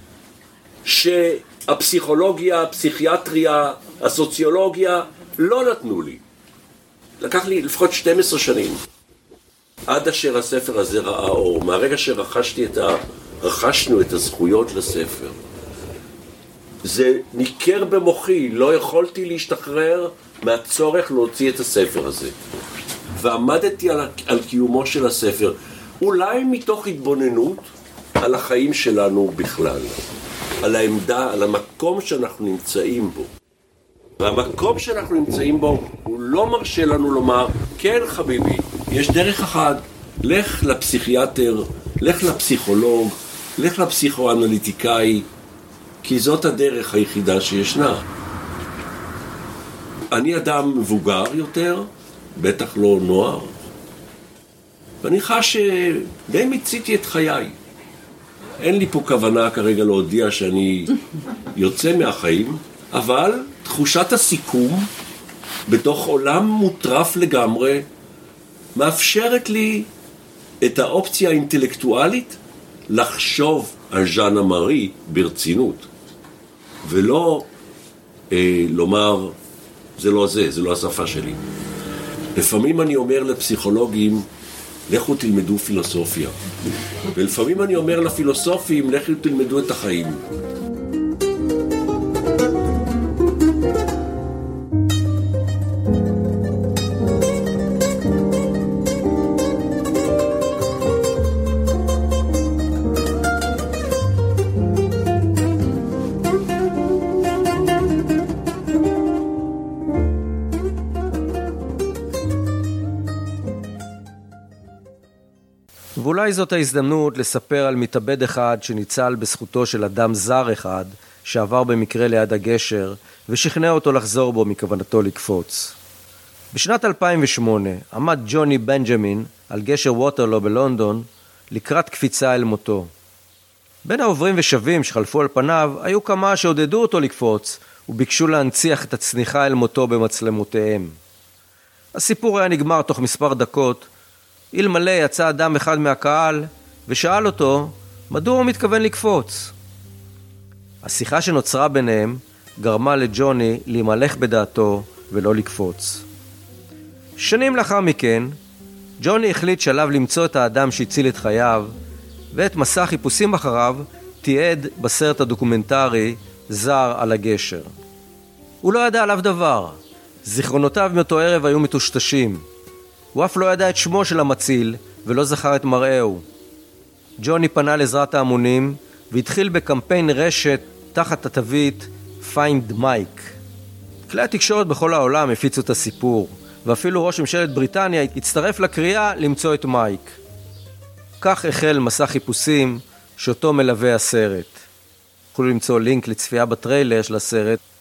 שהפסיכולוגיה, הפסיכיאטריה, הסוציולוגיה לא נתנו לי. לקח לי לפחות 12 שנים. עד אשר הספר הזה ראה אור. מהרגע שרכשנו את הזכויות לספר. זה ניכר במוחי, לא יכולתי להשתחרר מהצורך להוציא את הספר הזה. ועמדתי על קיומו של הספר, אולי מתוך התבוננות על החיים שלנו בכלל, על העמדה, על המקום שאנחנו נמצאים בו. והמקום שאנחנו נמצאים בו, הוא לא מרשה לנו לומר, כן חביבי, יש דרך אחת, לך לפסיכיאטר, לך לפסיכולוג, לך לפסיכואנליטיקאי, כי זאת הדרך היחידה שישנה. אני אדם מבוגר יותר, בטח לא נוער, ואני חש שדי מיציתי את חיי. אין לי פה כוונה כרגע להודיע שאני יוצא מהחיים, אבל תחושת הסיכום בתוך עולם מוטרף לגמרי מאפשרת לי את האופציה האינטלקטואלית לחשוב על ז'אן אמרי ברצינות, ולא לומר זה לא זה, זה לא השפה שלי. לפעמים אני אומר לפסיכולוגים, לכו תלמדו פילוסופיה, ולפעמים אני אומר לפילוסופים, לכו תלמדו את החיים. ואולי זאת ההזדמנות לספר על מתאבד אחד שניצל בזכותו של אדם זר אחד שעבר במקרה ליד הגשר ושכנע אותו לחזור בו מכוונתו לקפוץ. בשנת 2008 עמד ג'וני בנג'מין על גשר ווטרלו בלונדון לקראת קפיצה אל מותו. בין העוברים ושבים שחלפו על פניו היו כמה שעודדו אותו לקפוץ וביקשו להנציח את הצניחה אל מותו במצלמותיהם. הסיפור היה נגמר תוך מספר דקות, אלמלא יצא אדם אחד מהקהל ושאל אותו מדוע הוא מתכוון לקפוץ. השיחה שנוצרה ביניהם גרמה לג'וני להימלך בדעתו ולא לקפוץ. שנים לאחר מכן, ג'וני החליט שעליו למצוא את האדם שהציל את חייו, ואת מסע החיפושים אחריו תיעד בסרט הדוקומנטרי זר על הגשר. הוא לא ידע עליו דבר, זיכרונותיו מאותו ערב היו מטושטשים. הוא אף לא ידע את שמו של המציל ולא זכר את מראהו. ג'וני פנה לעזרת ההמונים והתחיל בקמפיין רשת תחת התווית Find Mike. כלי התקשורת בכל העולם הפיצו את הסיפור, ואפילו ראש ממשלת בריטניה הצטרף לקריאה למצוא את מייק. כך החל מסע חיפושים שאותו מלווה הסרט. יכולו למצוא לינק לצפייה בטריילר של הסרט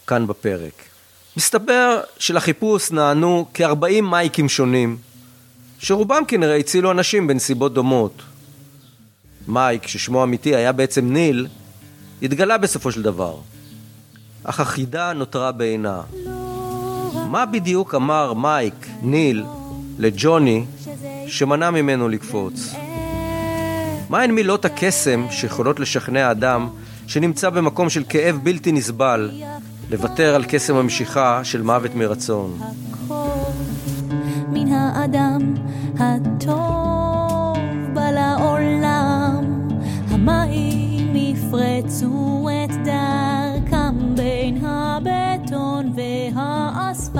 כאן בפרק. מסתבר שלחיפוש נענו כ-40 מייקים שונים, שרובם כנראה הצילו אנשים בנסיבות דומות. מייק, ששמו אמיתי היה בעצם ניל, התגלה בסופו של דבר. אך החידה נותרה בעינה. מה בדיוק אמר מייק, ניל, לג'וני, שמנע ממנו לקפוץ? מהן מילות הקסם שיכולות לשכנע אדם שנמצא במקום של כאב בלתי נסבל, לוותר על קסם המשיכה של מוות מרצון? מן האדם הטוב בא לעולם, המים יפרצו את דרכם בין הבטון והאספלט.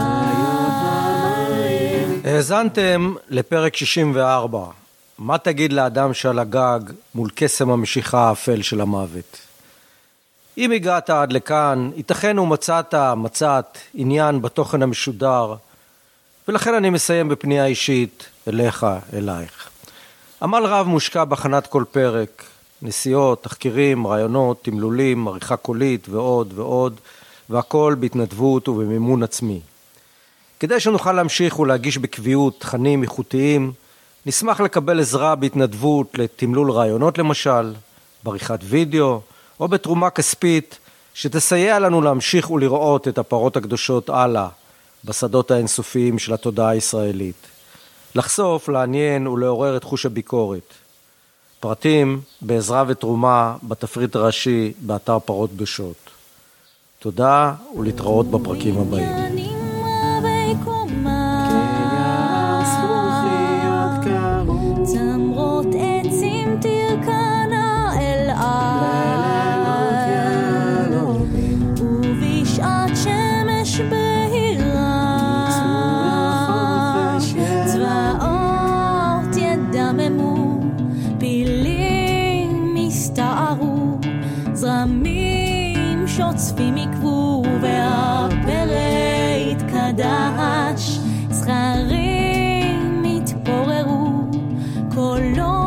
האזנתם לפרק 64. מה תגיד לאדם שעל הגג מול קסם המשיכה האפל של המוות? אם הגעת עד לכאן, ייתכן ומצאת עניין בתוכן המשודר, ולכן אני מסיים בפנייה אישית אליך, אלייך. עמל רב מושקע בהכנת כל פרק, נסיעות, תחקירים, רעיונות, תמלולים, עריכה קולית ועוד ועוד, והכל בהתנדבות ובמימון עצמי. כדי שנוכל להמשיך ולהגיש בקביעות תכנים איכותיים, נשמח לקבל עזרה בהתנדבות לתמלול רעיונות למשל, בעריכת וידאו, או בתרומה כספית שתסייע לנו להמשיך ולראות את הפרות הקדושות הלאה בשדות האינסופיים של התודעה הישראלית. לחשוף, לעניין ולעורר את חוש הביקורת. פרטים בעזרה ותרומה בתפריט הראשי באתר פרות קדושות. תודה ולהתראות בפרקים הבאים. צמרות עצים תרכנה אל על, ובשעת שמש בהירה צבאות ידממו, פילים מסתערו, זרמים שוצפים יקבו, והפרא יתקדש, זכרים יתפוררו, קולות